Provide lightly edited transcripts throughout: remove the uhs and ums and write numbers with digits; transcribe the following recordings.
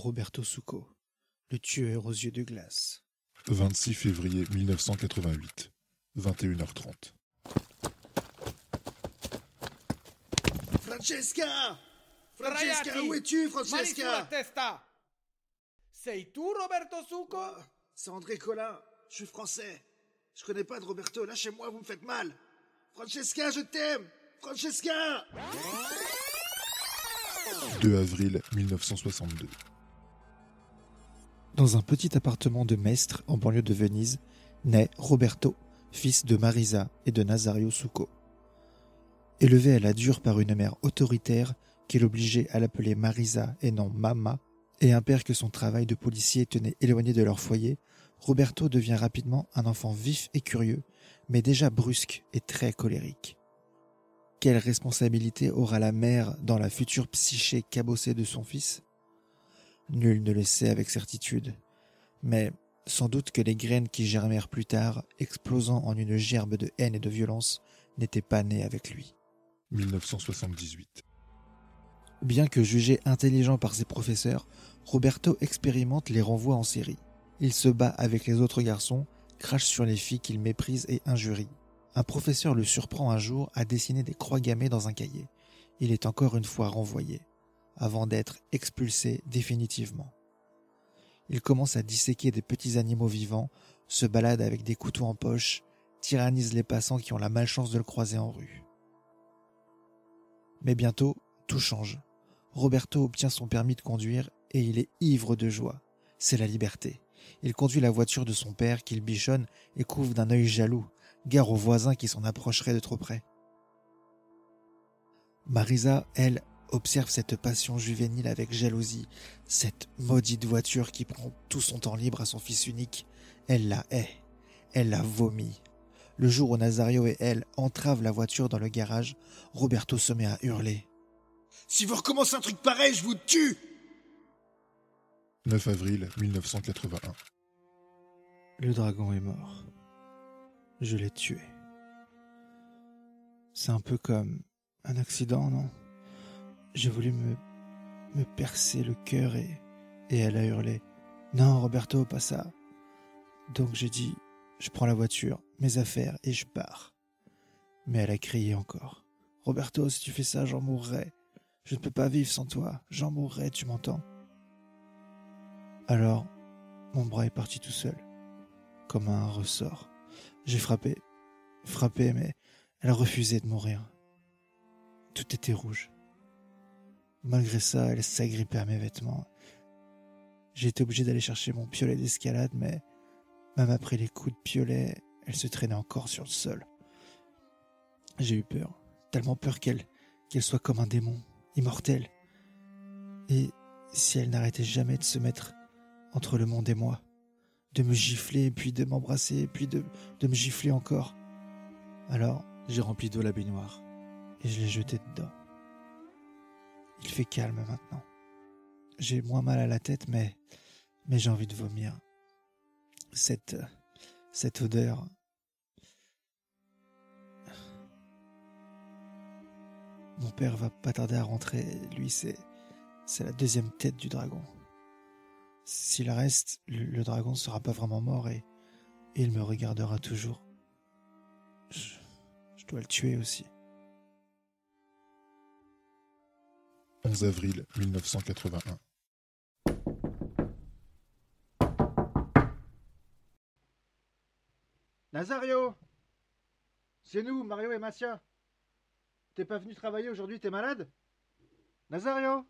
Roberto Succo, le tueur aux yeux de glace. 26 février 1988, 21h30. Francesca! Francesca, où es-tu, Francesca? Mani sulla testa! Sei tu Roberto Succo? C'est André Colin, je suis français. Je connais pas de Roberto, lâchez-moi, vous me faites mal. Francesca, je t'aime! Francesca! 2 avril 1962. Dans un petit appartement de Mestre, en banlieue de Venise, naît Roberto, fils de Marisa et de Nazario Succo. Élevé à la dure par une mère autoritaire qui l'obligeait à l'appeler Marisa et non Mama, et un père que son travail de policier tenait éloigné de leur foyer, Roberto devient rapidement un enfant vif et curieux, mais déjà brusque et très colérique. Quelle responsabilité aura la mère dans la future psyché cabossée de son fils ? Nul ne le sait avec certitude, mais sans doute que les graines qui germèrent plus tard, explosant en une gerbe de haine et de violence, n'étaient pas nées avec lui. 1978. Bien que jugé intelligent par ses professeurs, Roberto expérimente les renvois en série. Il se bat avec les autres garçons, crache sur les filles qu'il méprise et injurie. Un professeur le surprend un jour à dessiner des croix gammées dans un cahier. Il est encore une fois renvoyé, avant d'être expulsé définitivement. Il commence à disséquer des petits animaux vivants, se balade avec des couteaux en poche, tyrannise les passants qui ont la malchance de le croiser en rue. Mais bientôt, tout change. Roberto obtient son permis de conduire et il est ivre de joie. C'est la liberté. Il conduit la voiture de son père qu'il bichonne et couvre d'un œil jaloux, gare aux voisins qui s'en approcheraient de trop près. Marisa, elle, observe cette passion juvénile avec jalousie, cette maudite voiture qui prend tout son temps libre à son fils unique. Elle la hait, elle la vomit. Le jour où Nazario et elle entravent la voiture dans le garage, Roberto se met à hurler. « Si vous recommencez un truc pareil, je vous tue !» 9 avril 1981. Le dragon est mort. Je l'ai tué. C'est un peu comme un accident, non ? J'ai voulu me percer le cœur et elle a hurlé. Non, Roberto, pas ça. Donc j'ai dit, je prends la voiture, mes affaires et je pars. Mais elle a crié encore. Roberto, si tu fais ça, j'en mourrai. Je ne peux pas vivre sans toi. J'en mourrai, tu m'entends ? Alors, mon bras est parti tout seul, comme un ressort. J'ai frappé, mais elle refusait de mourir. Tout était rouge. Malgré ça, elle s'agrippait à mes vêtements. J'ai été obligé d'aller chercher mon piolet d'escalade, mais même après les coups de piolet, elle se traînait encore sur le sol. J'ai eu peur, tellement peur qu'elle soit comme un démon, immortel. Et si elle n'arrêtait jamais de se mettre entre le monde et moi, de me gifler, puis de m'embrasser, puis de me gifler encore. Alors, j'ai rempli d'eau la baignoire et je l'ai jetée dedans. Il fait calme maintenant. J'ai moins mal à la tête, mais j'ai envie de vomir. Cette odeur. Mon père va pas tarder à rentrer. Lui, c'est la deuxième tête du dragon. S'il reste, le dragon ne sera pas vraiment mort et il me regardera toujours. Je dois le tuer aussi. 11 avril 1981. Nazario! C'est nous, Mario et Massia. T'es pas venu travailler aujourd'hui, t'es malade? Nazario!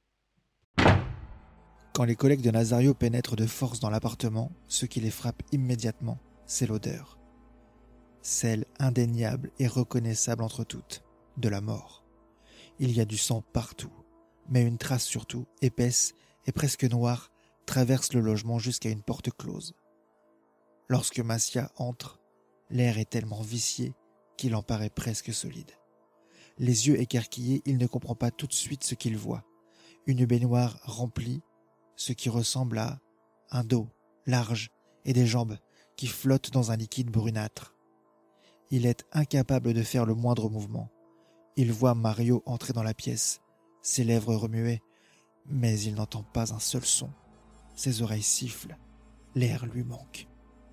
Quand les collègues de Nazario pénètrent de force dans l'appartement, ce qui les frappe immédiatement, c'est l'odeur. Celle indéniable et reconnaissable entre toutes, de la mort. Il y a du sang partout, mais une trace surtout, épaisse et presque noire, traverse le logement jusqu'à une porte close. Lorsque Massia entre, l'air est tellement vicié qu'il en paraît presque solide. Les yeux écarquillés, il ne comprend pas tout de suite ce qu'il voit. Une baignoire remplie, ce qui ressemble à un dos large et des jambes qui flottent dans un liquide brunâtre. Il est incapable de faire le moindre mouvement. Il voit Mario entrer dans la pièce, ses lèvres remuées, Mais il n'entend pas un seul son. Ses oreilles sifflent. L'air lui manque.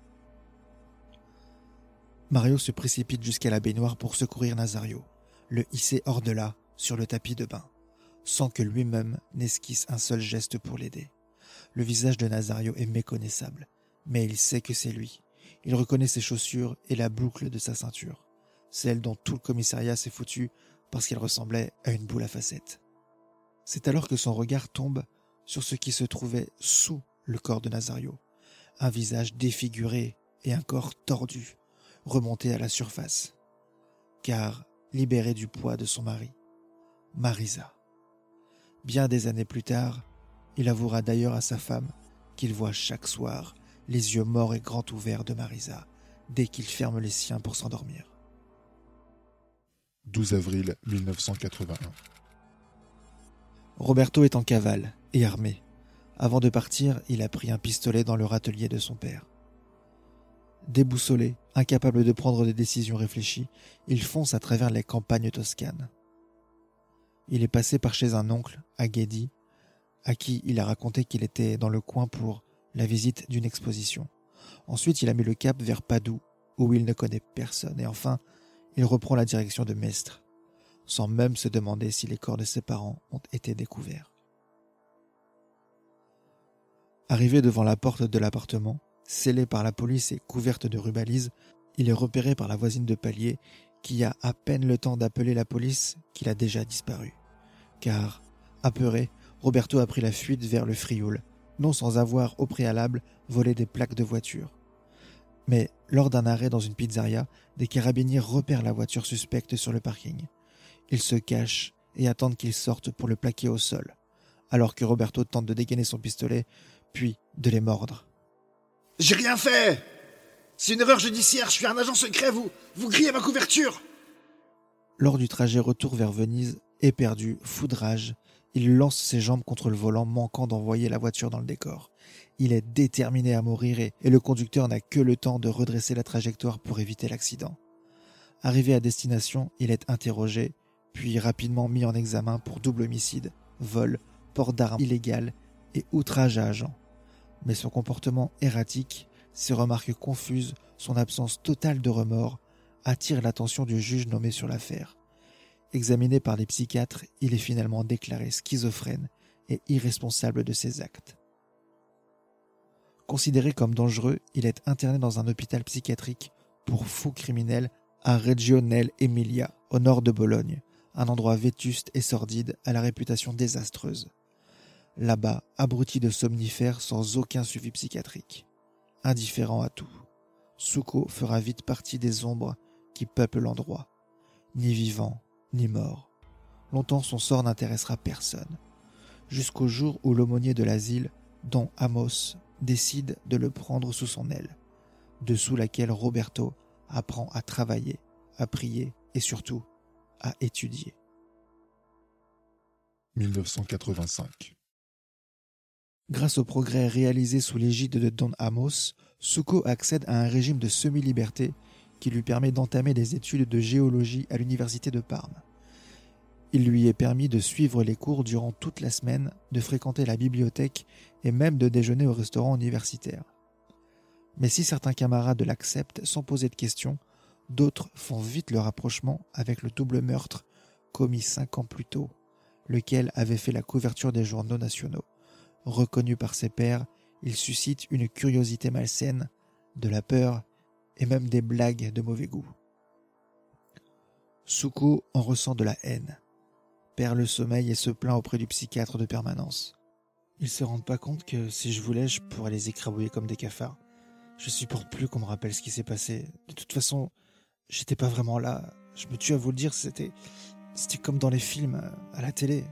Mario se précipite jusqu'à la baignoire pour secourir Nazario, le hisser hors de là, sur le tapis de bain, sans que lui-même n'esquisse un seul geste pour l'aider. Le visage de Nazario est méconnaissable, mais il sait que c'est lui. Il reconnaît ses chaussures et la boucle de sa ceinture, celle dont tout le commissariat s'est foutu parce qu'elle ressemblait à une boule à facettes. C'est alors que son regard tombe sur ce qui se trouvait sous le corps de Nazario, un visage défiguré et un corps tordu, remonté à la surface, car libéré du poids de son mari, Marisa. Bien des années plus tard, il avouera d'ailleurs à sa femme qu'il voit chaque soir les yeux morts et grands ouverts de Marisa dès qu'il ferme les siens pour s'endormir. 12 avril 1981. Roberto est en cavale et armé. Avant de partir, il a pris un pistolet dans le râtelier de son père. Déboussolé, incapable de prendre des décisions réfléchies, il fonce à travers les campagnes toscanes. Il est passé par chez un oncle, à Guédi, à qui il a raconté qu'il était dans le coin pour la visite d'une exposition. Ensuite, il a mis le cap vers Padoue, où il ne connaît personne. Et enfin, il reprend la direction de Mestre, sans même se demander si les corps de ses parents ont été découverts. Arrivé devant la porte de l'appartement, scellée par la police et couverte de rubalises, il est repéré par la voisine de palier qui a à peine le temps d'appeler la police qu'il a déjà disparu. Car, apeuré, Roberto a pris la fuite vers le Frioul, non sans avoir au préalable volé des plaques de voiture. Mais lors d'un arrêt dans une pizzeria, des carabiniers repèrent la voiture suspecte sur le parking. Ils se cachent et attendent qu'il sorte pour le plaquer au sol, alors que Roberto tente de dégainer son pistolet, puis de les mordre. « J'ai rien fait! C'est une erreur judiciaire, je suis un agent secret, vous grillez ma couverture !» Lors du trajet retour vers Venise, éperdu, fou de rage, il lance ses jambes contre le volant, manquant d'envoyer la voiture dans le décor. Il est déterminé à mourir et le conducteur n'a que le temps de redresser la trajectoire pour éviter l'accident. Arrivé à destination, il est interrogé, puis rapidement mis en examen pour double homicide, vol, port d'armes illégales et outrage à agent. Mais son comportement erratique, ses remarques confuses, son absence totale de remords attirent l'attention du juge nommé sur l'affaire. Examiné par les psychiatres, il est finalement déclaré schizophrène et irresponsable de ses actes. Considéré comme dangereux, il est interné dans un hôpital psychiatrique pour fous criminels à Reggio nell'Emilia, au nord de Bologne, un endroit vétuste et sordide à la réputation désastreuse. Là-bas, abruti de somnifères sans aucun suivi psychiatrique. Indifférent à tout, Suko fera vite partie des ombres qui peuplent l'endroit. Ni vivant, ni mort. Longtemps son sort n'intéressera personne. Jusqu'au jour où l'aumônier de l'asile, Don Amos, décide de le prendre sous son aile, dessous laquelle Roberto apprend à travailler, à prier et surtout à étudier. 1985. Grâce aux progrès réalisés sous l'égide de Don Amos, Suko accède à un régime de semi-liberté qui lui permet d'entamer des études de géologie à l'université de Parme. Il lui est permis de suivre les cours durant toute la semaine, de fréquenter la bibliothèque et même de déjeuner au restaurant universitaire. Mais si certains camarades l'acceptent sans poser de questions, d'autres font vite le rapprochement avec le double meurtre commis 5 ans plus tôt, lequel avait fait la couverture des journaux nationaux. Reconnu par ses pairs, il suscite une curiosité malsaine, de la peur et même des blagues de mauvais goût. Suko en ressent de la haine, perd le sommeil et se plaint auprès du psychiatre de permanence. Ils se rendent pas compte que si je voulais, je pourrais les écrabouiller comme des cafards. Je supporte plus qu'on me rappelle ce qui s'est passé. De toute façon, j'étais pas vraiment là. Je me tue à vous le dire, c'était comme dans les films, à la télé.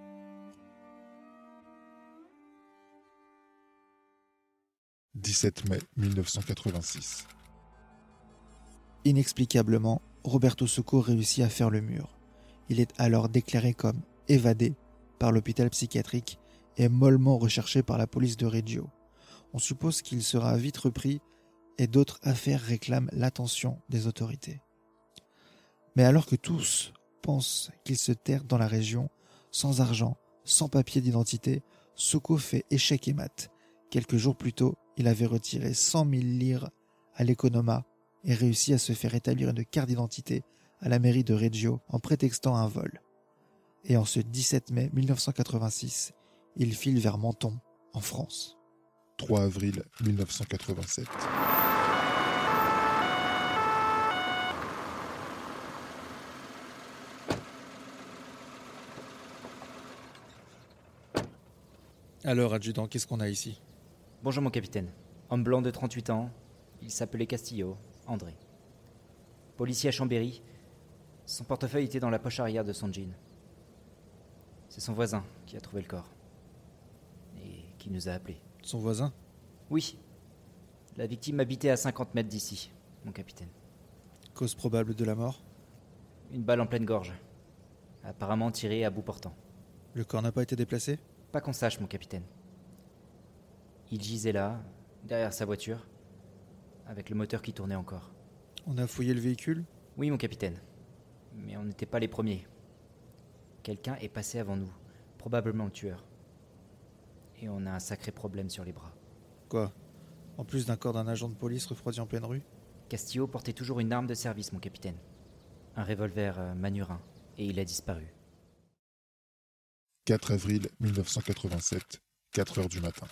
« 17 mai 1986. Inexplicablement, Roberto Suko réussit à faire le mur. Il est alors déclaré comme évadé par l'hôpital psychiatrique et mollement recherché par la police de Reggio. On suppose qu'il sera vite repris et d'autres affaires réclament l'attention des autorités. Mais alors que tous pensent qu'il se terre dans la région, sans argent, sans papier d'identité, Soko fait échec et mat. Quelques jours plus tôt, il avait retiré 100 000 lire à l'Economa et réussi à se faire établir une carte d'identité à la mairie de Reggio en prétextant un vol. Et en ce 17 mai 1986, il file vers Menton, en France. 3 avril 1987. Alors, adjudant, qu'est-ce qu'on a ici? Bonjour mon capitaine. Homme blanc de 38 ans. Il s'appelait Castillo, André. Policier à Chambéry. Son portefeuille était dans la poche arrière de son jean. C'est son voisin qui a trouvé le corps. Et qui nous a appelés. Son voisin? Oui. La victime habitait à 50 mètres d'ici, mon capitaine. Cause probable de la mort? Une balle en pleine gorge. Apparemment tirée à bout portant. Le corps n'a pas été déplacé? Pas qu'on sache, mon capitaine. Il gisait là, derrière sa voiture, avec le moteur qui tournait encore. On a fouillé le véhicule? Oui, mon capitaine. Mais on n'était pas les premiers. Quelqu'un est passé avant nous, probablement le tueur. Et on a un sacré problème sur les bras. Quoi? En plus d'un corps d'un agent de police refroidi en pleine rue? Castillo portait toujours une arme de service, mon capitaine. Un revolver Manurin, et il a disparu. 4 avril 1987, 4 heures du matin.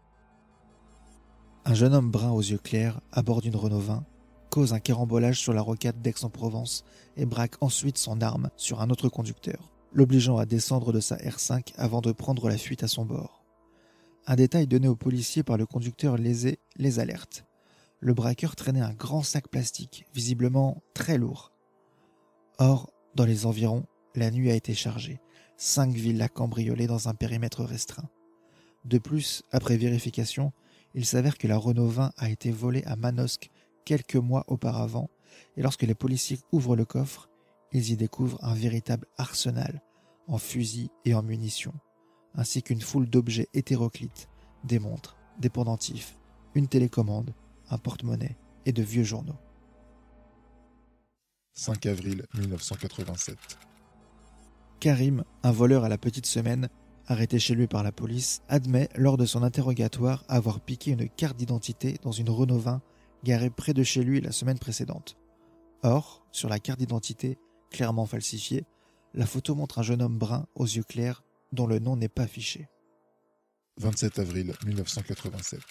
Un jeune homme brun aux yeux clairs, à bord d'une Renault 20, cause un carambolage sur la rocade d'Aix-en-Provence et braque ensuite son arme sur un autre conducteur, l'obligeant à descendre de sa R5 avant de prendre la fuite à son bord. Un détail donné aux policiers par le conducteur lésé les alerte. Le braqueur traînait un grand sac plastique, visiblement très lourd. Or, dans les environs, la nuit a été chargée. 5 villas cambriolées dans un périmètre restreint. De plus, après vérification, il s'avère que la Renault 20 a été volée à Manosque quelques mois auparavant, et lorsque les policiers ouvrent le coffre, ils y découvrent un véritable arsenal en fusils et en munitions, ainsi qu'une foule d'objets hétéroclites, des montres, des pendentifs, une télécommande, un porte-monnaie et de vieux journaux. 5 avril 1987. Karim, un voleur à la petite semaine, arrêté chez lui par la police, admet lors de son interrogatoire avoir piqué une carte d'identité dans une Renault 20 garée près de chez lui la semaine précédente. Or, sur la carte d'identité, clairement falsifiée, la photo montre un jeune homme brun aux yeux clairs dont le nom n'est pas affiché. 27 avril 1987.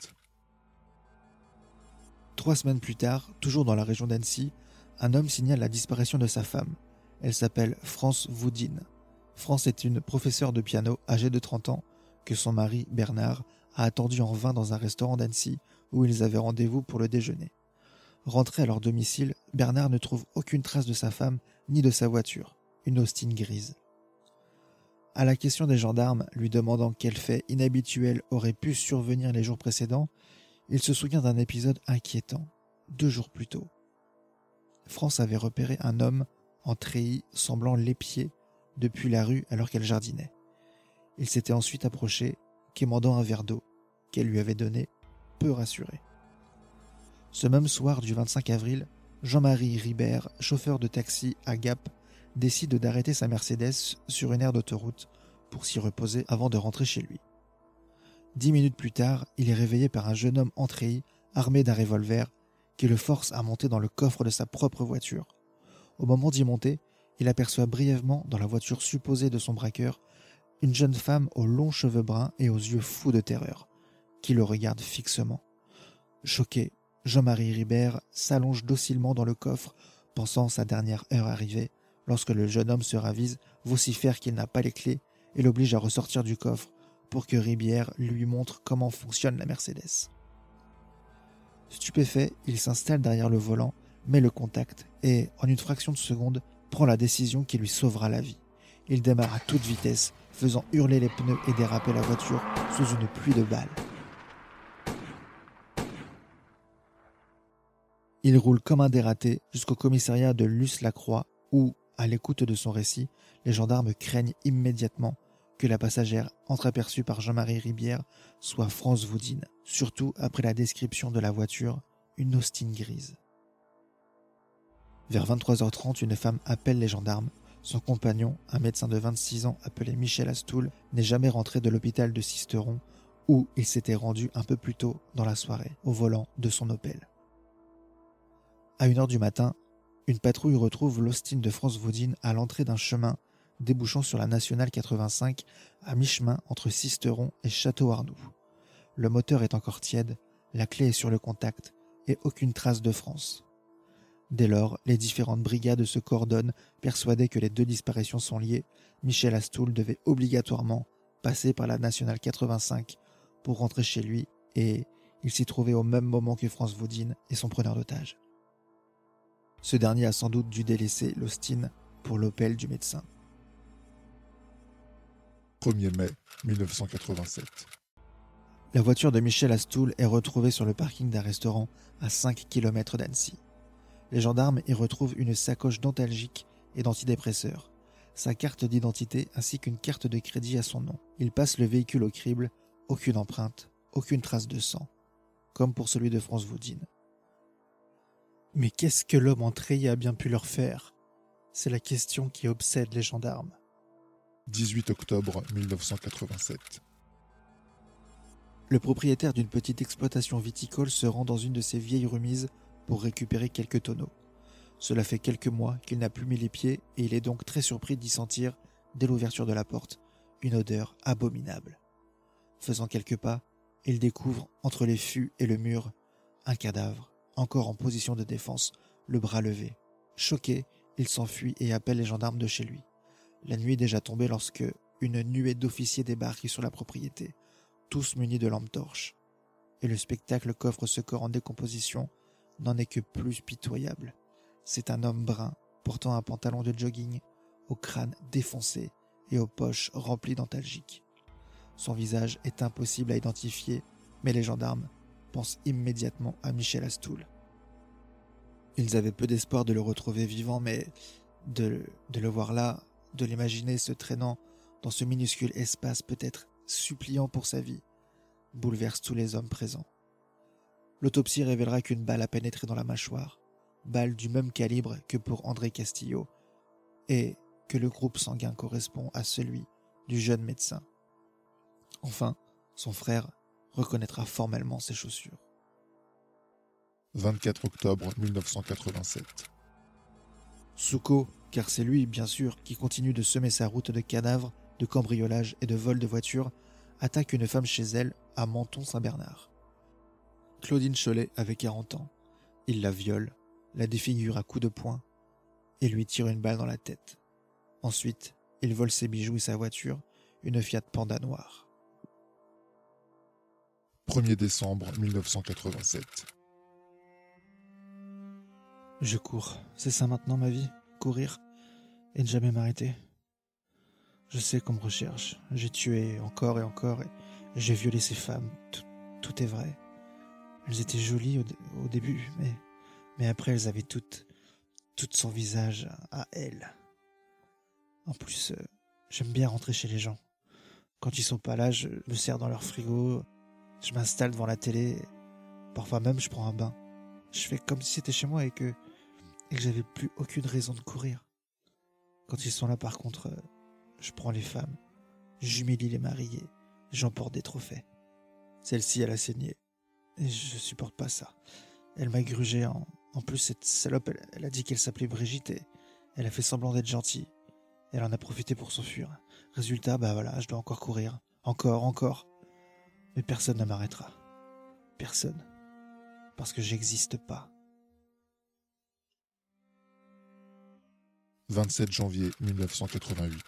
3 semaines plus tard, toujours dans la région d'Annecy, un homme signale la disparition de sa femme. Elle s'appelle France Voudine. France est une professeure de piano âgée de 30 ans que son mari, Bernard, a attendue en vain dans un restaurant d'Annecy où ils avaient rendez-vous pour le déjeuner. Rentré à leur domicile, Bernard ne trouve aucune trace de sa femme ni de sa voiture, une Austin grise. À la question des gendarmes lui demandant quel fait inhabituel aurait pu survenir les jours précédents, il se souvient d'un épisode inquiétant, 2 jours plus tôt. France avait repéré un homme en treillis semblant l'épier depuis la rue alors qu'elle jardinait. Il s'était ensuite approché, quémandant un verre d'eau qu'elle lui avait donné, peu rassuré. Ce même soir du 25 avril, Jean-Marie Ribert, chauffeur de taxi à Gap, décide d'arrêter sa Mercedes sur une aire d'autoroute pour s'y reposer avant de rentrer chez lui. 10 minutes plus tard, il est réveillé par un jeune homme en treillis, armé d'un revolver, qui le force à monter dans le coffre de sa propre voiture. Au moment d'y monter, il aperçoit brièvement dans la voiture supposée de son braqueur une jeune femme aux longs cheveux bruns et aux yeux fous de terreur, qui le regarde fixement. Choqué, Jean-Marie Ribert s'allonge docilement dans le coffre, pensant sa dernière heure arrivée, lorsque le jeune homme se ravise, vocifère qu'il n'a pas les clés et l'oblige à ressortir du coffre pour que Ribert lui montre comment fonctionne la Mercedes. Stupéfait, il s'installe derrière le volant, met le contact et, en une fraction de seconde, prend la décision qui lui sauvera la vie. Il démarre à toute vitesse, faisant hurler les pneus et déraper la voiture sous une pluie de balles. Il roule comme un dératé jusqu'au commissariat de Luce-la-Croix où, à l'écoute de son récit, les gendarmes craignent immédiatement que la passagère entreaperçue par Jean-Marie Ribert soit France Voudine, surtout après la description de la voiture, une Austin grise. Vers 23h30, une femme appelle les gendarmes, Son compagnon, un médecin de 26 ans appelé Michel Astoul, n'est jamais rentré de l'hôpital de Sisteron, où il s'était rendu un peu plus tôt dans la soirée, au volant de son Opel. À 1h du matin, une patrouille retrouve l'Austin de France Vaudine à l'entrée d'un chemin débouchant sur la nationale 85 à mi-chemin entre Sisteron et Château-Arnoux. Le moteur est encore tiède, la clé est sur le contact et aucune trace de France. Dès lors, les différentes brigades se coordonnent, persuadées que les deux disparitions sont liées. Michel Astoul devait obligatoirement passer par la nationale 85 pour rentrer chez lui et il s'y trouvait au même moment que France Vaudine et son preneur d'otage. Ce dernier a sans doute dû délaisser l'Austin pour l'Opel du médecin. 1er mai 1987. La voiture de Michel Astoul est retrouvée sur le parking d'un restaurant à 5 km d'Annecy. Les gendarmes y retrouvent une sacoche dentalgique et d'antidépresseurs, sa carte d'identité ainsi qu'une carte de crédit à son nom. Ils passent le véhicule au crible, aucune empreinte, aucune trace de sang, comme pour celui de France Vaudine. Mais qu'est-ce que l'homme entrayé a bien pu leur faire ? C'est la question qui obsède les gendarmes. 18 octobre 1987. Le propriétaire d'une petite exploitation viticole se rend dans une de ses vieilles remises pour récupérer quelques tonneaux. Cela fait quelques mois qu'il n'a plus mis les pieds et il est donc très surpris d'y sentir, dès l'ouverture de la porte, une odeur abominable. Faisant quelques pas, il découvre, entre les fûts et le mur, un cadavre, encore en position de défense, le bras levé. Choqué, il s'enfuit et appelle les gendarmes de chez lui. La nuit est déjà tombée lorsque une nuée d'officiers débarque sur la propriété, tous munis de lampes torches. Et le spectacle qu'offre ce corps en décomposition n'en est que plus pitoyable. C'est un homme brun, portant un pantalon de jogging, au crâne défoncé et aux poches remplies d'antalgiques. Son visage est impossible à identifier, mais les gendarmes pensent immédiatement à Michel Astoul. Ils avaient peu d'espoir de le retrouver vivant, mais de le voir là, de l'imaginer se traînant dans ce minuscule espace peut-être suppliant pour sa vie, bouleverse tous les hommes présents. L'autopsie révélera qu'une balle a pénétré dans la mâchoire, balle du même calibre que pour André Castillo, et que le groupe sanguin correspond à celui du jeune médecin. Enfin, son frère reconnaîtra formellement ses chaussures. 24 octobre 1987. Souko, car c'est lui, bien sûr, qui continue de semer sa route de cadavres, de cambriolages et de vols de voitures, attaque une femme chez elle à Menton-Saint-Bernard. Claudine Cholet avait 40 ans. Il la viole, la défigure à coups de poing et lui tire une balle dans la tête. Ensuite, il vole ses bijoux et sa voiture, une Fiat Panda noire. 1er décembre 1987. Je cours. C'est ça maintenant ma vie, courir et ne jamais m'arrêter. Je sais qu'on me recherche. J'ai tué encore et encore et j'ai violé ces femmes. Tout est vrai. Elles étaient jolies au début, mais après elles avaient tout son visage à elles. En plus, j'aime bien rentrer chez les gens. Quand ils sont pas là, je me sers dans leur frigo, je m'installe devant la télé, parfois même je prends un bain. Je fais comme si c'était chez moi et que j'avais plus aucune raison de courir. Quand ils sont là par contre, je prends les femmes, j'humilie les maris et j'emporte des trophées. Celle-ci, elle a saigné. Et je supporte pas ça. Elle m'a grugé en plus cette salope, elle a dit qu'elle s'appelait Brigitte et elle a fait semblant d'être gentille. Elle en a profité pour s'enfuir. Résultat, voilà, je dois encore courir. Encore. Mais personne ne m'arrêtera. Personne. Parce que j'existe pas. 27 janvier 1988.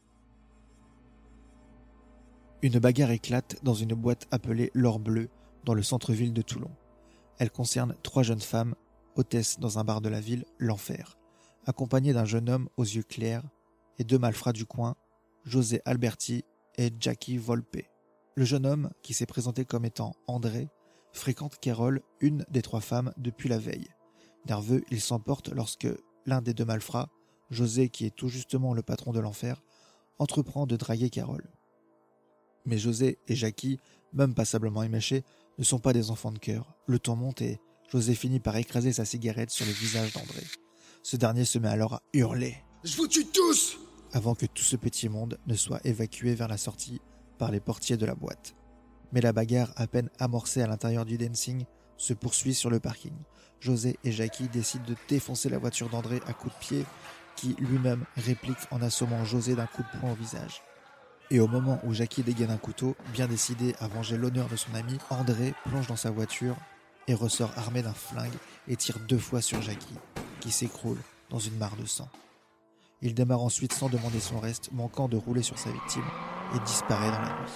Une bagarre éclate dans une boîte appelée l'Or Bleu, dans le centre-ville de Toulon. Elle concerne 3 jeunes femmes, hôtesses dans un bar de la ville, l'Enfer, accompagnées d'un jeune homme aux yeux clairs et 2 malfrats du coin, José Alberti et Jackie Volpe. Le jeune homme, qui s'est présenté comme étant André, fréquente Carole, une des 3 femmes, depuis la veille. Nerveux, il s'emporte lorsque l'un des 2 malfrats, José, qui est tout justement le patron de l'Enfer, entreprend de draguer Carole. Mais José et Jackie, même passablement éméchés, ne sont pas des enfants de cœur. Le ton monte et José finit par écraser sa cigarette sur le visage d'André. Ce dernier se met alors à hurler. Je vous tue tous! Avant que tout ce petit monde ne soit évacué vers la sortie par les portiers de la boîte. Mais la bagarre, à peine amorcée à l'intérieur du dancing, se poursuit sur le parking. José et Jackie décident de défoncer la voiture d'André à coups de pied, qui lui-même réplique en assommant José d'un coup de poing au visage. Et au moment où Jackie dégaine un couteau, bien décidé à venger l'honneur de son ami, André plonge dans sa voiture et ressort armé d'un flingue et tire 2 fois sur Jackie, qui s'écroule dans une mare de sang. Il démarre ensuite sans demander son reste, manquant de rouler sur sa victime, et disparaît dans la nuit.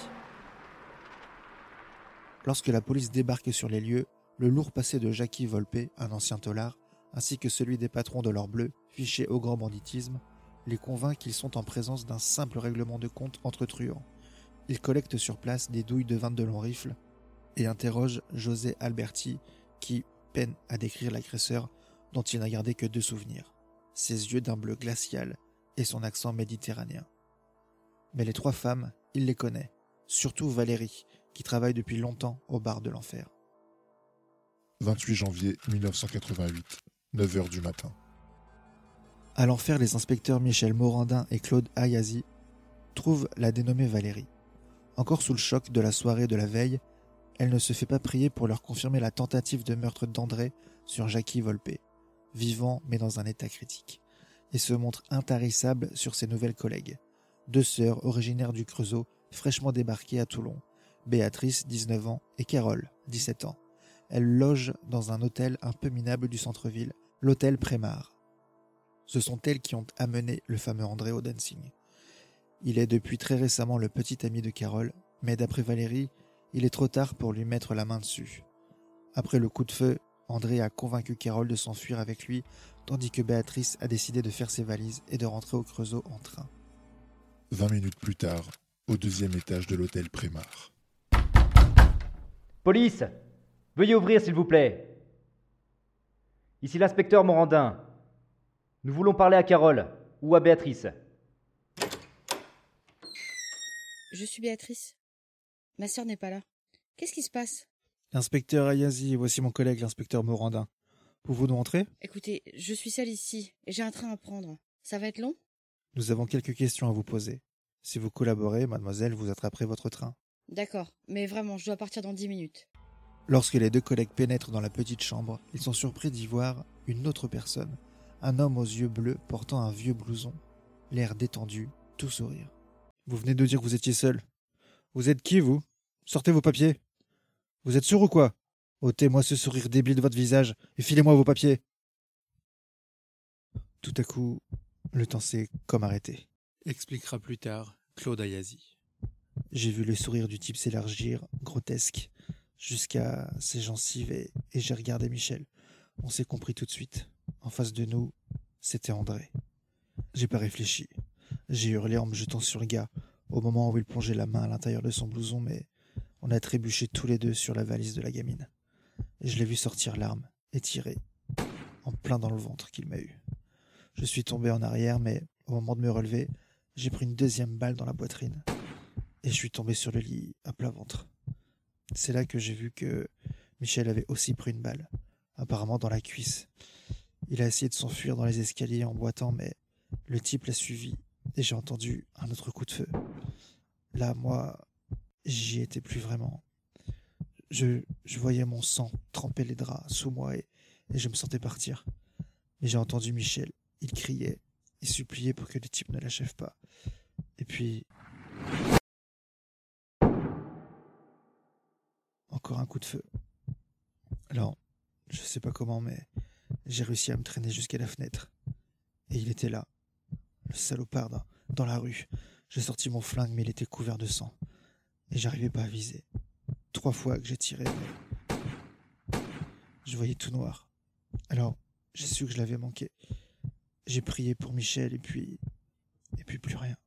Lorsque la police débarque sur les lieux, le lourd passé de Jackie Volpe, un ancien tôlard, ainsi que celui des patrons de l'Or Bleu, fichés au grand banditisme, les convainc qu'ils sont en présence d'un simple règlement de compte entre truands. Ils collectent sur place des douilles de 22 longs rifles et interrogent José Alberti, qui peine à décrire l'agresseur dont il n'a gardé que 2 souvenirs, ses yeux d'un bleu glacial et son accent méditerranéen. Mais les 3 femmes, il les connaît, surtout Valérie, qui travaille depuis longtemps au bar de l'enfer. 28 janvier 1988, 9h du matin. À l'enfer, les inspecteurs Michel Morandin et Claude Ayazi trouvent la dénommée Valérie. Encore sous le choc de la soirée de la veille, elle ne se fait pas prier pour leur confirmer la tentative de meurtre d'André sur Jackie Volpe, vivant mais dans un état critique, et se montre intarissable sur ses nouvelles collègues, 2 sœurs originaires du Creusot, fraîchement débarquées à Toulon, Béatrice, 19 ans, et Carole, 17 ans. Elles logent dans un hôtel un peu minable du centre-ville, l'hôtel Prémar. Ce sont elles qui ont amené le fameux André au dancing. Il est depuis très récemment le petit ami de Carole, mais d'après Valérie, il est trop tard pour lui mettre la main dessus. Après le coup de feu, André a convaincu Carole de s'enfuir avec lui, tandis que Béatrice a décidé de faire ses valises et de rentrer au Creusot en train. 20 minutes plus tard, au 2e étage de l'hôtel Prémar. Police! Veuillez ouvrir, s'il vous plaît. Ici l'inspecteur Morandin. Nous voulons parler à Carole ou à Béatrice. Je suis Béatrice. Ma sœur n'est pas là. Qu'est-ce qui se passe? L'inspecteur Ayazi, voici mon collègue, l'inspecteur Morandin. Pouvez-vous nous rentrer? Écoutez, je suis seule ici et j'ai un train à prendre. Ça va être long? Nous avons quelques questions à vous poser. Si vous collaborez, mademoiselle, vous attraperez votre train. D'accord, mais vraiment, je dois partir dans 10 minutes. Lorsque les 2 collègues pénètrent dans la petite chambre, ils sont surpris d'y voir une autre personne, un homme aux yeux bleus portant un vieux blouson, l'air détendu, tout sourire. Vous venez de dire que vous étiez seul. Vous êtes qui, vous? Sortez vos papiers. Vous êtes sûr ou quoi? Ôtez-moi ce sourire débile de votre visage et filez-moi vos papiers. Tout à coup, le temps s'est comme arrêté. Expliquera plus tard Claude Ayazi. J'ai vu le sourire du type s'élargir, grotesque, jusqu'à ses gencives et j'ai regardé Michel. On s'est compris tout de suite. En face de nous, c'était André. J'ai pas réfléchi. J'ai hurlé en me jetant sur le gars, au moment où il plongeait la main à l'intérieur de son blouson, mais on a trébuché tous les 2 sur la valise de la gamine. Et je l'ai vu sortir l'arme et tirer, en plein dans le ventre qu'il m'a eu. Je suis tombé en arrière, mais au moment de me relever, j'ai pris une 2e balle dans la poitrine. Et je suis tombé sur le lit à plat ventre. C'est là que j'ai vu que Michel avait aussi pris une balle, apparemment dans la cuisse. Il a essayé de s'enfuir dans les escaliers en boitant, mais le type l'a suivi et j'ai entendu un autre coup de feu. Là, moi, j'y étais plus vraiment. Je voyais mon sang tremper les draps sous moi et je me sentais partir. Mais j'ai entendu Michel. Il criait et suppliait pour que le type ne l'achève pas. Et puis... encore un coup de feu. Alors, je sais pas comment, mais j'ai réussi à me traîner jusqu'à la fenêtre. Et il était là, le salopard, dans la rue. J'ai sorti mon flingue, mais il était couvert de sang. Et j'arrivais pas à viser. 3 fois que j'ai tiré, mais je voyais tout noir. Alors, j'ai su que je l'avais manqué. J'ai prié pour Michel et puis plus rien.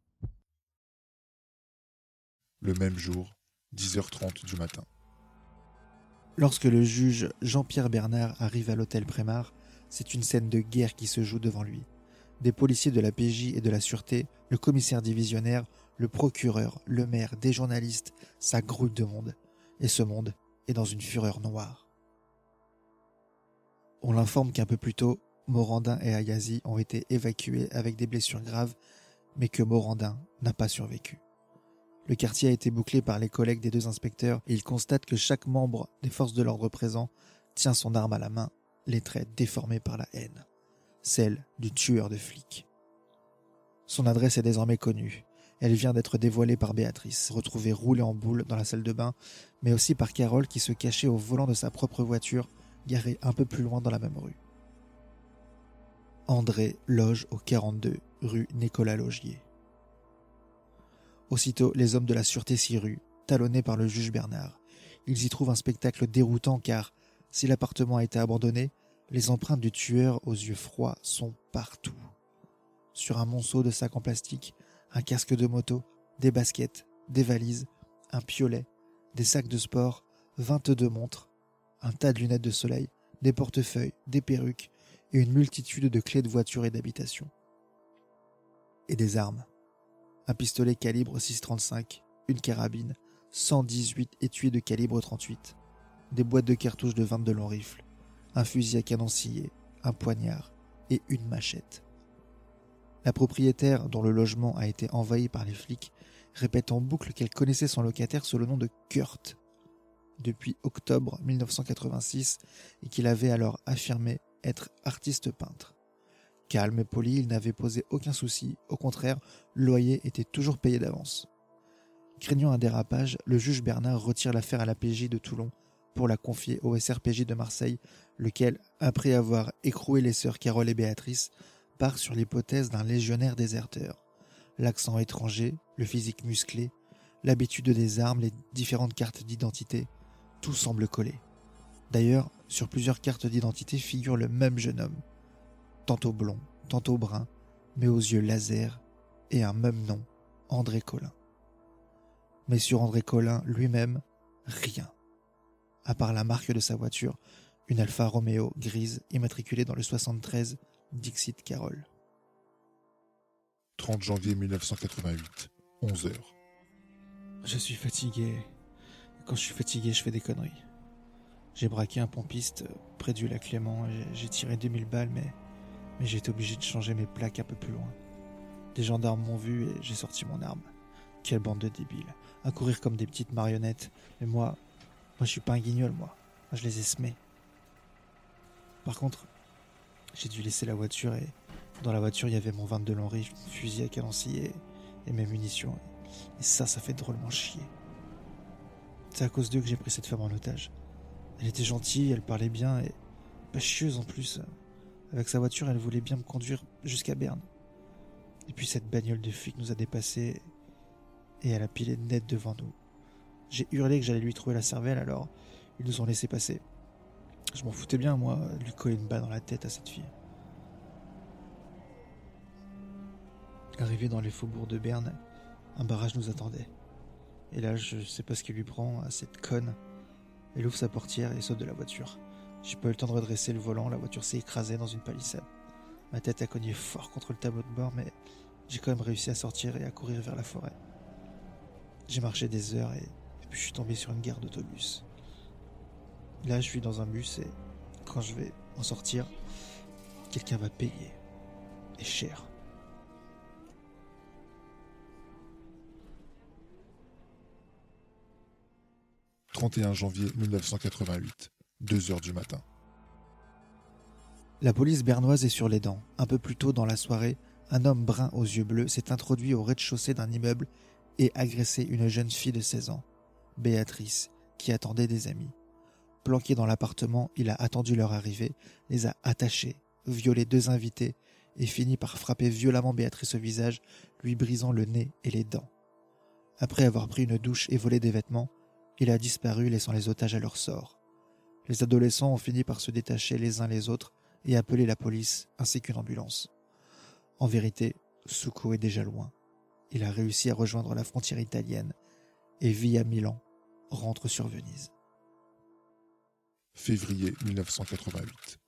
Le même jour, 10h30 du matin. Lorsque le juge Jean-Pierre Bernard arrive à l'hôtel Prémar, c'est une scène de guerre qui se joue devant lui. Des policiers de la PJ et de la Sûreté, le commissaire divisionnaire, le procureur, le maire, des journalistes, ça grouille de monde. Et ce monde est dans une fureur noire. On l'informe qu'un peu plus tôt, Morandin et Ayazi ont été évacués avec des blessures graves, mais que Morandin n'a pas survécu. Le quartier a été bouclé par les collègues des deux inspecteurs et ils constatent que chaque membre des forces de l'ordre présent tient son arme à la main, les traits déformés par la haine, celle du tueur de flics. Son adresse est désormais connue. Elle vient d'être dévoilée par Béatrice, retrouvée roulée en boule dans la salle de bain, mais aussi par Carole qui se cachait au volant de sa propre voiture, garée un peu plus loin dans la même rue. André loge au 42 rue Nicolas Logier. Aussitôt, les hommes de la sûreté s'y ruent, talonnés par le juge Bernard. Ils y trouvent un spectacle déroutant car, si l'appartement a été abandonné, les empreintes du tueur aux yeux froids sont partout. Sur un monceau de sacs en plastique, un casque de moto, des baskets, des valises, un piolet, des sacs de sport, 22 montres, un tas de lunettes de soleil, des portefeuilles, des perruques et une multitude de clés de voiture et d'habitation. Et des armes. Un pistolet calibre 6,35, une carabine, 118 étuis de calibre 38, des boîtes de cartouches de 22 longs rifles, un fusil à canon scié, un poignard et une machette. La propriétaire, dont le logement a été envahi par les flics, répète en boucle qu'elle connaissait son locataire sous le nom de Kurt depuis octobre 1986 et qu'il avait alors affirmé être artiste peintre. Calme et poli, il n'avait posé aucun souci, au contraire, le loyer était toujours payé d'avance. Craignant un dérapage, le juge Bernard retire l'affaire à la PJ de Toulon pour la confier au SRPJ de Marseille, lequel, après avoir écroué les sœurs Carole et Béatrice, part sur l'hypothèse d'un légionnaire déserteur. L'accent étranger, le physique musclé, l'habitude des armes, les différentes cartes d'identité, tout semble coller. D'ailleurs, sur plusieurs cartes d'identité figure le même jeune homme, tantôt blond, tantôt brun, mais aux yeux laser et un même nom, André Colin. Mais sur André Colin lui-même, rien. À part la marque de sa voiture, une Alfa Romeo grise immatriculée dans le 73 Dixit Carole. 30 janvier 1988, 11h. Je suis fatigué. Quand je suis fatigué, je fais des conneries. J'ai braqué un pompiste près du lac Léman. J'ai tiré 2000 balles, mais j'ai été obligé de changer mes plaques un peu plus loin. Des gendarmes m'ont vu et j'ai sorti mon arme. Quelle bande de débiles. À courir comme des petites marionnettes. Mais moi je suis pas un guignol, moi. Je les ai semés. Par contre, j'ai dû laisser la voiture et dans la voiture, il y avait mon 22 long rifle, fusil à canon scié et mes munitions. Et ça fait drôlement chier. C'est à cause d'eux que j'ai pris cette femme en otage. Elle était gentille, elle parlait bien et pas chieuse en plus. Avec sa voiture, elle voulait bien me conduire jusqu'à Berne. Et puis cette bagnole de flic nous a dépassés et elle a pilé net devant nous. J'ai hurlé que j'allais lui trouver la cervelle, alors ils nous ont laissé passer. Je m'en foutais bien, moi, de lui coller une balle dans la tête à cette fille. Arrivé dans les faubourgs de Berne, un barrage nous attendait. Et là, je sais pas ce qui lui prend à cette conne. Elle ouvre sa portière et saute de la voiture. J'ai pas eu le temps de redresser le volant, la voiture s'est écrasée dans une palissade. Ma tête a cogné fort contre le tableau de bord, mais j'ai quand même réussi à sortir et à courir vers la forêt. J'ai marché des heures et puis je suis tombé sur une gare d'autobus. Là, je suis dans un bus et quand je vais en sortir, quelqu'un va payer. Et cher. « 31 janvier 1988, 2h du matin. La police bernoise est sur les dents. Un peu plus tôt dans la soirée, un homme brun aux yeux bleus s'est introduit au rez-de-chaussée d'un immeuble et agressé une jeune fille de 16 ans, Béatrice, qui attendait des amis. Planqué dans l'appartement, il a attendu leur arrivée, les a attachés, violé 2 invités et fini par frapper violemment Béatrice au visage, lui brisant le nez et les dents. Après avoir pris une douche et volé des vêtements, il a disparu laissant les otages à leur sort. Les adolescents ont fini par se détacher les uns les autres et appeler la police ainsi qu'une ambulance. En vérité, Succo est déjà loin. Il a réussi à rejoindre la frontière italienne et via Milan, rentre sur Venise. Février 1988.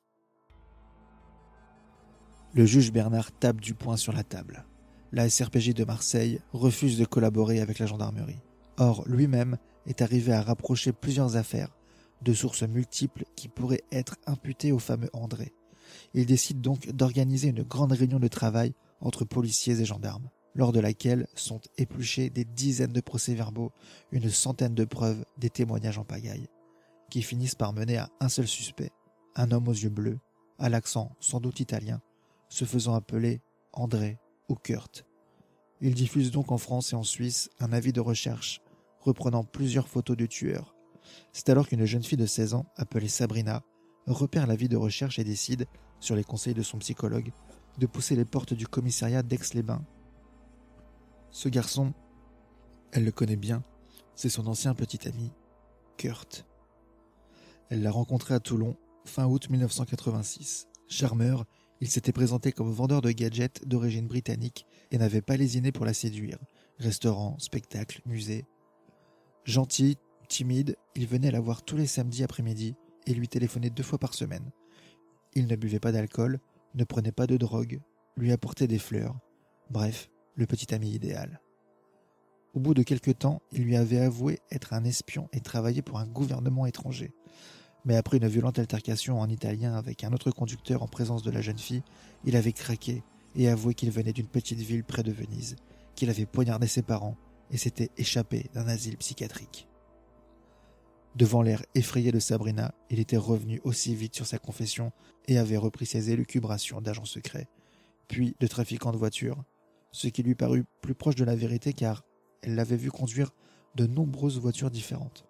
Le juge Bernard tape du poing sur la table. La SRPJ de Marseille refuse de collaborer avec la gendarmerie. Or, lui-même est arrivé à rapprocher plusieurs affaires de sources multiples qui pourraient être imputées au fameux André. Il décide donc d'organiser une grande réunion de travail entre policiers et gendarmes, lors de laquelle sont épluchés des dizaines de procès-verbaux, une centaine de preuves, des témoignages en pagaille, qui finissent par mener à un seul suspect, un homme aux yeux bleus, à l'accent sans doute italien, se faisant appeler André ou Kurt. Il diffuse donc en France et en Suisse un avis de recherche reprenant plusieurs photos du tueur. C'est alors qu'une jeune fille de 16 ans, appelée Sabrina, repère l'avis de recherche et décide, sur les conseils de son psychologue, de pousser les portes du commissariat d'Aix-les-Bains. Ce garçon, elle le connaît bien, c'est son ancien petit ami, Kurt. Elle l'a rencontré à Toulon, fin août 1986. Charmeur, il s'était présenté comme vendeur de gadgets d'origine britannique et n'avait pas lésiné pour la séduire. Restaurants, spectacles, musées. Gentil, timide, il venait la voir tous les samedis après-midi et lui téléphonait 2 fois par semaine. Il ne buvait pas d'alcool, ne prenait pas de drogue, lui apportait des fleurs. Bref, le petit ami idéal. Au bout de quelque temps, il lui avait avoué être un espion et travailler pour un gouvernement étranger. Mais après une violente altercation en italien avec un autre conducteur en présence de la jeune fille, il avait craqué et avoué qu'il venait d'une petite ville près de Venise, qu'il avait poignardé ses parents et s'était échappé d'un asile psychiatrique. Devant l'air effrayé de Sabrina, il était revenu aussi vite sur sa confession et avait repris ses élucubrations d'agent secret, puis de trafiquant de voitures, ce qui lui parut plus proche de la vérité car elle l'avait vu conduire de nombreuses voitures différentes.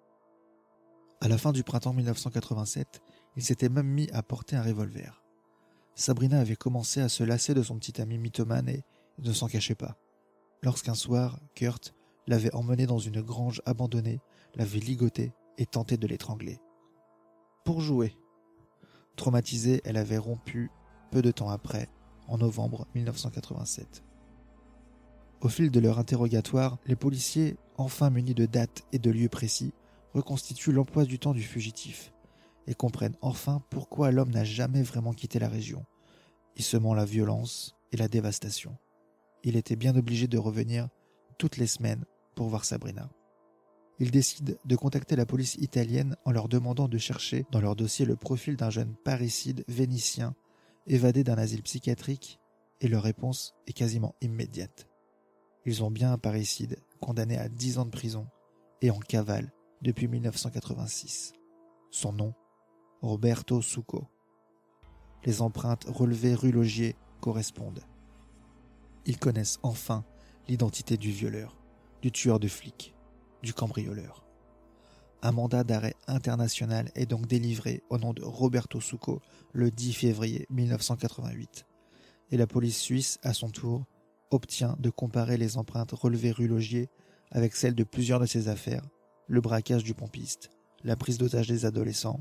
À la fin du printemps 1987, il s'était même mis à porter un revolver. Sabrina avait commencé à se lasser de son petit ami mythomane et ne s'en cachait pas. Lorsqu'un soir, Kurt l'avait emmené dans une grange abandonnée, l'avait ligoté et tenté de l'étrangler. Pour jouer. Traumatisée, elle avait rompu peu de temps après, en novembre 1987. Au fil de leur interrogatoire, les policiers, enfin munis de dates et de lieux précis, reconstituent l'emploi du temps du fugitif et comprennent enfin pourquoi l'homme n'a jamais vraiment quitté la région, y semant la violence et la dévastation. Il était bien obligé de revenir toutes les semaines pour voir Sabrina. Ils décident de contacter la police italienne en leur demandant de chercher dans leur dossier le profil d'un jeune parricide vénitien évadé d'un asile psychiatrique et leur réponse est quasiment immédiate. Ils ont bien un parricide condamné à 10 ans de prison et en cavale depuis 1986. Son nom, Roberto Succo. Les empreintes relevées rue Laugier correspondent. Ils connaissent enfin l'identité du violeur, du tueur de flics, du cambrioleur. Un mandat d'arrêt international est donc délivré au nom de Roberto Succo le 10 février 1988. Et la police suisse, à son tour, obtient de comparer les empreintes relevées rue Laugier avec celles de plusieurs de ses affaires, le braquage du pompiste, la prise d'otage des adolescents.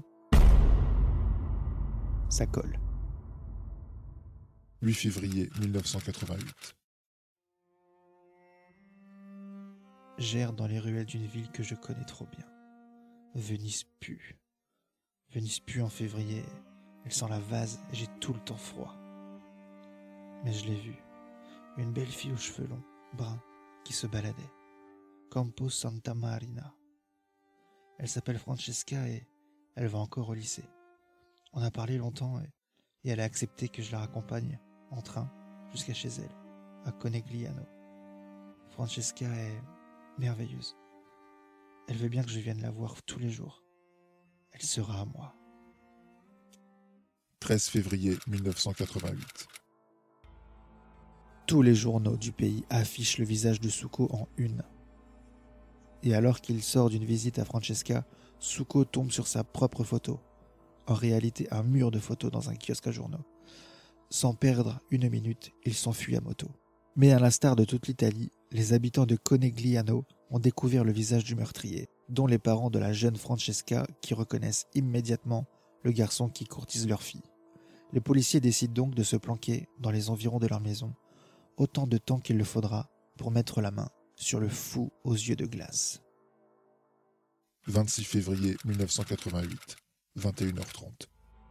Ça colle. 8 février 1988. J'erre dans les ruelles d'une ville que je connais trop bien. Venise pue. Venise pue en février. Elle sent la vase et j'ai tout le temps froid. Mais je l'ai vue. Une belle fille aux cheveux longs, bruns, qui se baladait. Campo Santa Marina. Elle s'appelle Francesca et elle va encore au lycée. On a parlé longtemps et elle a accepté que je la raccompagne en train jusqu'à chez elle, à Conegliano. Francesca est merveilleuse. Elle veut bien que je vienne la voir tous les jours. Elle sera à moi. 13 février 1988. Tous les journaux du pays affichent le visage de Succo en une. Et alors qu'il sort d'une visite à Francesca, Succo tombe sur sa propre photo. En réalité, un mur de photos dans un kiosque à journaux. Sans perdre une minute, il s'enfuit à moto. Mais à l'instar de toute l'Italie, les habitants de Conegliano ont découvert le visage du meurtrier, dont les parents de la jeune Francesca qui reconnaissent immédiatement le garçon qui courtise leur fille. Les policiers décident donc de se planquer dans les environs de leur maison, autant de temps qu'il le faudra pour mettre la main sur le fou aux yeux de glace. 26 février 1988, 21h30.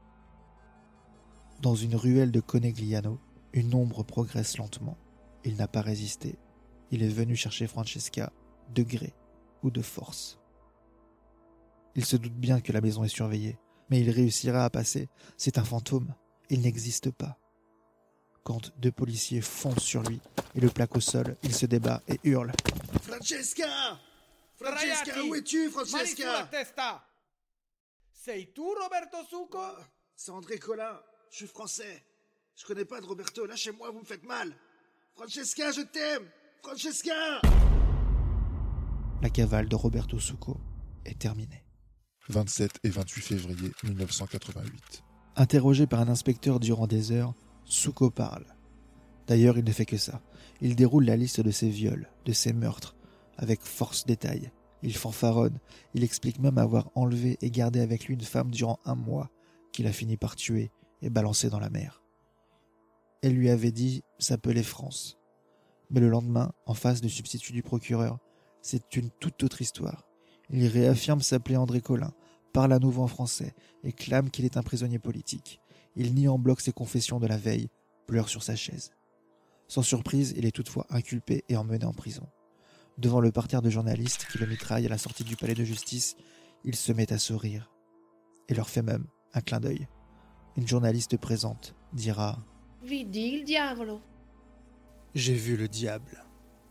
Dans une ruelle de Conegliano, une ombre progresse lentement. Il n'a pas résisté. Il est venu chercher Francesca, de gré ou de force. Il se doute bien que la maison est surveillée, mais il réussira à passer. C'est un fantôme, il n'existe pas. Quand 2 policiers foncent sur lui et le plaquent au sol, il se débat et hurle. Francesca! Francesca, Ragazzi, où es-tu, Mani sulla Francesca? testa! Sei tu Roberto Succo? C'est André Colin, je suis français. Je connais pas de Roberto, lâchez-moi, vous me faites mal. Francesca, je t'aime! Francesca! La cavale de Roberto Succo est terminée. 27 et 28 février 1988. Interrogé par un inspecteur durant des heures, Succo parle. D'ailleurs, il ne fait que ça. Il déroule la liste de ses viols, de ses meurtres, avec force détail. Il fanfaronne, il explique même avoir enlevé et gardé avec lui une femme durant 1 mois, qu'il a fini par tuer et balancer dans la mer. Elle lui avait dit s'appeler France. Mais le lendemain, en face du substitut du procureur, c'est une toute autre histoire. Il réaffirme s'appeler André Colin, parle à nouveau en français et clame qu'il est un prisonnier politique. Il nie en bloc ses confessions de la veille, pleure sur sa chaise. Sans surprise, il est toutefois inculpé et emmené en prison. Devant le parterre de journalistes qui le mitraillent à la sortie du palais de justice, il se met à sourire et leur fait même un clin d'œil. Une journaliste présente dira « Vidi il diavolo ». J'ai vu le diable.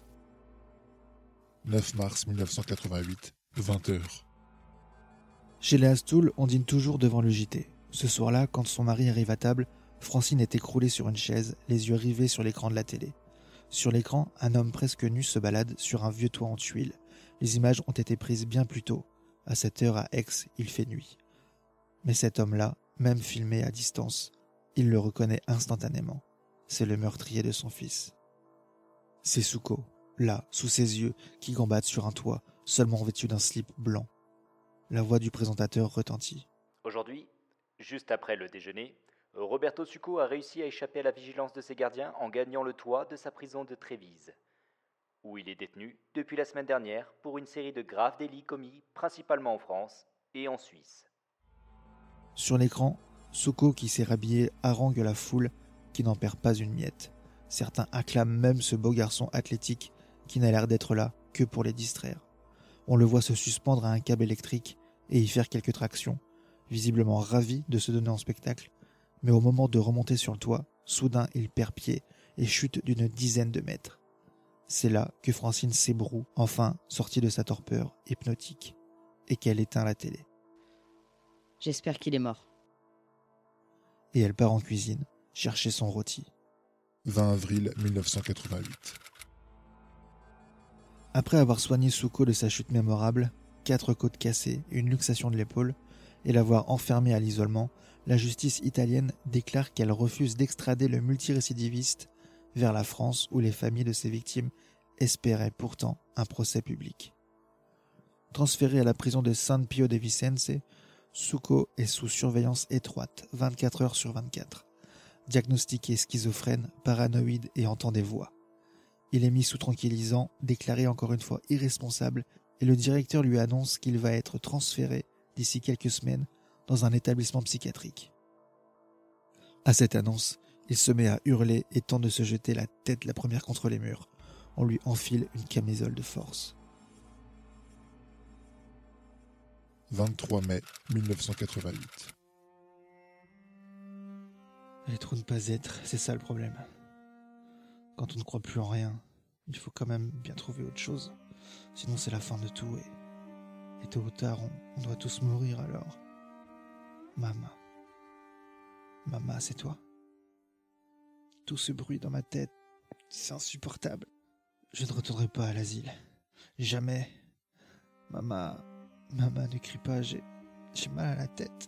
9 mars 1988, 20h. Chez les Astoul, on dîne toujours devant le JT. Ce soir-là, quand son mari arrive à table, Francine est écroulée sur une chaise, les yeux rivés sur l'écran de la télé. Sur l'écran, un homme presque nu se balade sur un vieux toit en tuiles. Les images ont été prises bien plus tôt. À cette heure, à Aix, il fait nuit. Mais cet homme-là, même filmé à distance, il le reconnaît instantanément. C'est le meurtrier de son fils. C'est Succo, là, sous ses yeux, qui gambade sur un toit, seulement vêtu d'un slip blanc. La voix du présentateur retentit. Aujourd'hui, juste après le déjeuner, Roberto Succo a réussi à échapper à la vigilance de ses gardiens en gagnant le toit de sa prison de Trévise, où il est détenu depuis la semaine dernière pour une série de graves délits commis principalement en France et en Suisse. Sur l'écran, Succo qui s'est rhabillé harangue la foule qui n'en perd pas une miette. Certains acclament même ce beau garçon athlétique qui n'a l'air d'être là que pour les distraire. On le voit se suspendre à un câble électrique et y faire quelques tractions, visiblement ravi de se donner en spectacle, mais au moment de remonter sur le toit, soudain il perd pied et chute d'une dizaine de mètres. C'est là que Francine s'ébroue, enfin sortie de sa torpeur hypnotique, et qu'elle éteint la télé. J'espère qu'il est mort. Et elle part en cuisine, chercher son rôti. 20 avril 1988. Après avoir soigné Succo de sa chute mémorable, 4 côtes cassées, une luxation de l'épaule, et l'avoir enfermé à l'isolement, la justice italienne déclare qu'elle refuse d'extrader le multirécidiviste vers la France où les familles de ses victimes espéraient pourtant un procès public. Transféré à la prison de San Pio de Vicenze, Succo est sous surveillance étroite, 24 heures sur 24. Diagnostiqué schizophrène, paranoïde et entend des voix. Il est mis sous tranquillisant, déclaré encore une fois irresponsable, et le directeur lui annonce qu'il va être transféré d'ici quelques semaines dans un établissement psychiatrique. À cette annonce, il se met à hurler et tente de se jeter la tête la première contre les murs. On lui enfile une camisole de force. 23 mai 1988. Elle est trop ne pas être, c'est ça le problème. Quand on ne croit plus en rien, il faut quand même bien trouver autre chose. Sinon c'est la fin de tout et tôt ou tard on doit tous mourir alors. Mama, c'est toi. Tout ce bruit dans ma tête, c'est insupportable. Je ne retournerai pas à l'asile. Jamais. Mama, ne crie pas, j'ai mal à la tête.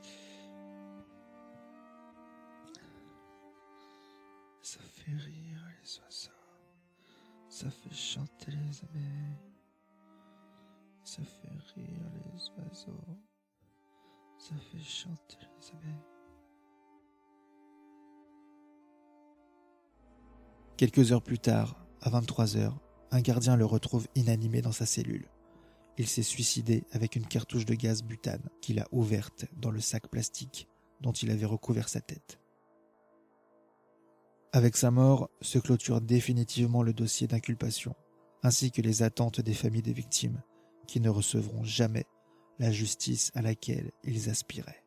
Ça fait rire les oiseaux. Ça fait chanter les abeilles. Ça fait rire les oiseaux. Ça fait chanter les abeilles. Quelques heures plus tard, à 23h, un gardien le retrouve inanimé dans sa cellule. Il s'est suicidé avec une cartouche de gaz butane qu'il a ouverte dans le sac plastique dont il avait recouvert sa tête. Avec sa mort, se clôture définitivement le dossier d'inculpation, ainsi que les attentes des familles des victimes, qui ne recevront jamais la justice à laquelle ils aspiraient.